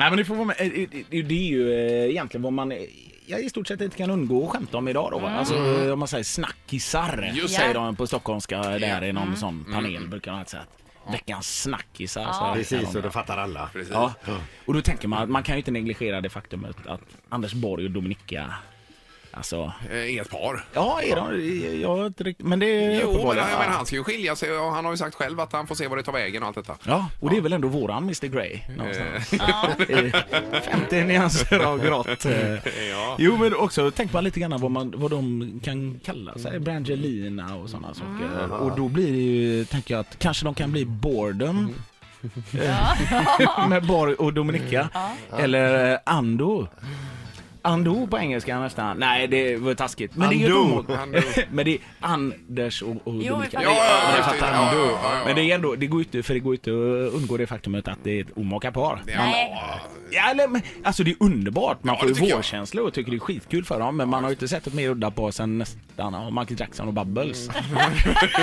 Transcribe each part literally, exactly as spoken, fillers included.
Nej, men det får vara med. Det är ju egentligen vad man jag i stort sett inte kan undgå att skämta om idag då. Mm. Alltså om man säger snackisar. Just säger de på stockholmska där i någon mm. sån panel mm. brukar man säga att veckans snackisar. Ja. Så precis, och det fattar alla. Ja. Och då tänker man att man kan ju inte negligera det faktumet att Anders Borg och Dominika alltså är ett par. Ja, är de, jag inte riktigt, men det är jo, men, ja, men han ska ju skilja sig och han har ju sagt själv att han får se vad det tar vägen och allt detta. Ja, och det är väl ändå våran mister Grey någonstans. femtio nyanser av grått. Ja. Jo, men också tänk man lite grann vad man vad de kan kalla sig, Brangelina och sådana saker. Mm. Och då blir det ju, tänker jag att kanske de kan bli Boredom. Mm. Med Borg och Dominika. Mm. Eller Ando. Ando på engelska nästan. Nej, det var taskigt. Men Ando. det är ju men det är Anders och, och jo, Dominika. Ja, ja, ja, ja, Ando. Ja, ja, ja. Men det är ändå det går inte för det går inte att undgå det faktumet att det är ett omaka par. Nej. Ja, eller, men, alltså det är underbart. Man ja, får ju vårkänsla och tycker det är skitkul för dem, men man har ju inte sett ett mer udda på sen nästan ja, Michael Jackson och Bubbles. Mm.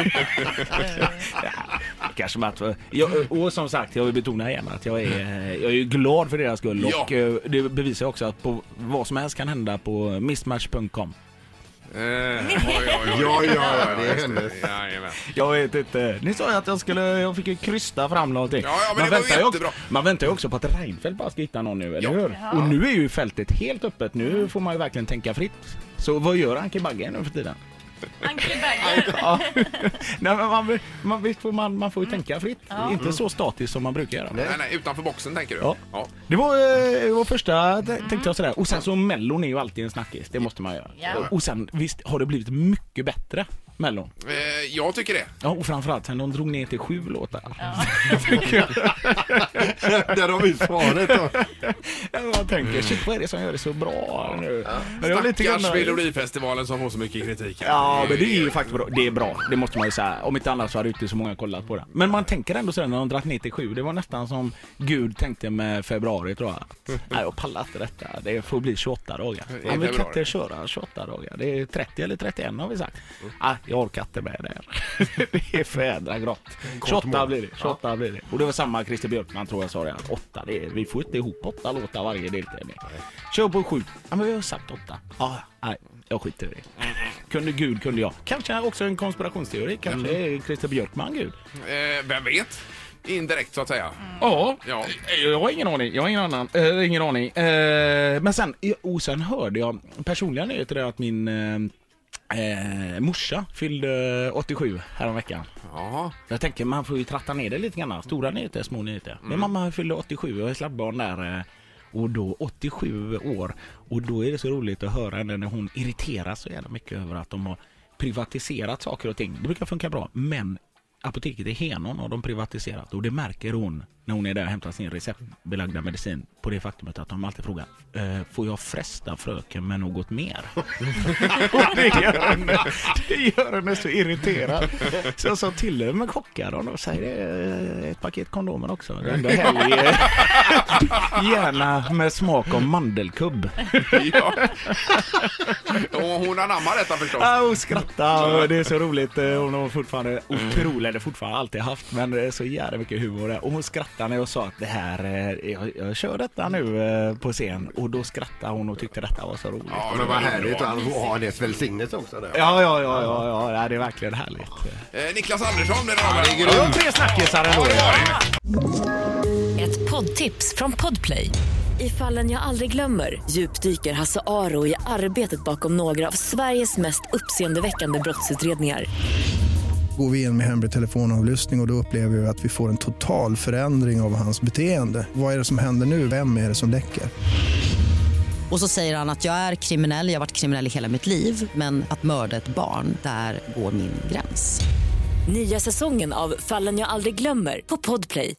Ja, kanske med att jag, och som sagt, jag vill betona igen att jag är jag är ju glad för deras skull och ja. Det bevisar också att på vad som helst kan hända på mismatch punkt com. Uh, oj, oj, oj. Ja, ja, ja, det är hennes. Ja, jag vet inte. Ni sa ju att jag skulle jag fick ju krysta fram någonting. Ja, ja, men man, det väntar var också, man väntar ju också på att Reinfeldt bara ska hitta någon nu, eller ja. hur? Ja. Och nu är ju fältet helt öppet. Nu får man ju verkligen tänka fritt. Så vad gör Anke Bagge nu för tiden? Anke Bagge? Ja. Nej, men man, man, visst får man, man får ju tänka fritt. Ja. Inte så statiskt som man brukar göra. Nej, nej, utanför boxen tänker du? Ja. Ja. Det var, det var första, tänkte jag sådär. Och sen så Mellon är ju alltid en snackis. Det måste man göra. Ja. Och sen, visst har det blivit mycket bättre, Mellon? Eh, jag tycker det. Ja, och framförallt sen de drog ner till sju låtar. Ja. Där har vi svaret då. Jag tänker, shit, vad är det som gör det så bra nu? Ja. Stackars Melodifestivalen som får så mycket kritik. Ja, men det är ju faktiskt bra. Det är bra, det måste man ju säga. Om inte annars så hade inte så många kollat på det. Men man tänker ändå så när de dratt ner till sju. Det var nästan som Gud tänkte med februari, tror jag. Nej, jag pallar inte detta. Det får bli tjugoåtta dagar. Han vill inte köra tjugoåtta dagar. Det är trettio eller trettioen har vi sagt. Ah, jag orkar inte med det. Det är för jädra grått. tjugoåtta blir det. tjugoåtta blir det. Och det var samma Christer Björkman, tror jag sa det. Att åtta, det är, vi får inte ihop åtta låtar varje deltävling. Kör på sju. Ja, men vi har sagt åtta. Ah, nej, jag skiter i det. Kunde Gud, kunde jag. Kanske också en konspirationsteori. Kanske är Christer Björkman Gud. Eh, vem vet? Indirekt så att säga. Ja, ja. Jag har ingen aning. Jag har ingen annan. Äh, ingen aning. Äh, men sen, och sen hörde jag personligen är det att min äh, morsa fyllde åttiosju häromveckan. Ja. Jag tänker man får ju tratta ner det lite grann. Stora nyheter, små nyheter. Mm. Men mamma fyllde åttiosju och jag slapp barn där. Och då åttiosju år. Och då är det så roligt att höra henne när hon irriteras så jävla mycket över att de har privatiserat saker och ting. Det brukar funka bra. Men apoteket i Henån har de privatiserat. Och det märker hon när hon är där och hämtar sin receptbelagda medicin på det faktumet att de alltid frågar eh, får jag fresta fröken med något mer? det, gör henne, det gör henne så irriterad. Så jag sa till henne med chockad och säger ett paket kondomer också. Det enda helg, gärna med smak av mandelkubb. Ja. Och hon anammar detta förstås. Ja, hon skrattar. Det är så roligt. Hon har fortfarande otroligt, det fortfarande alltid haft, men det är så jävla mycket humor. Och hon skrattar när jag sa att det här, jag, jag kör detta nu på scen. Och då skrattade hon och tyckte detta var så roligt. Ja, men vad härligt att ha det välsignelse också där. Ja, ja, ja, ja, ja, ja, det är verkligen härligt. Eh, Niklas Andersson, det ja, det är ja, tre snackisar ändå. Ett poddtips från Podplay. I Fallen jag aldrig glömmer djupdyker Hasse Aro i arbetet bakom några av Sveriges mest uppseendeväckande brottsutredningar. Går vi in med hemlig telefonavlyssning och, och då upplever vi att vi får en total förändring av hans beteende. Vad är det som händer nu? Vem är det som läcker? Och så säger han att jag är kriminell, jag har varit kriminell i hela mitt liv. Men att mörda ett barn, där går min gräns. Nya säsongen av Fallen jag aldrig glömmer på Podplay.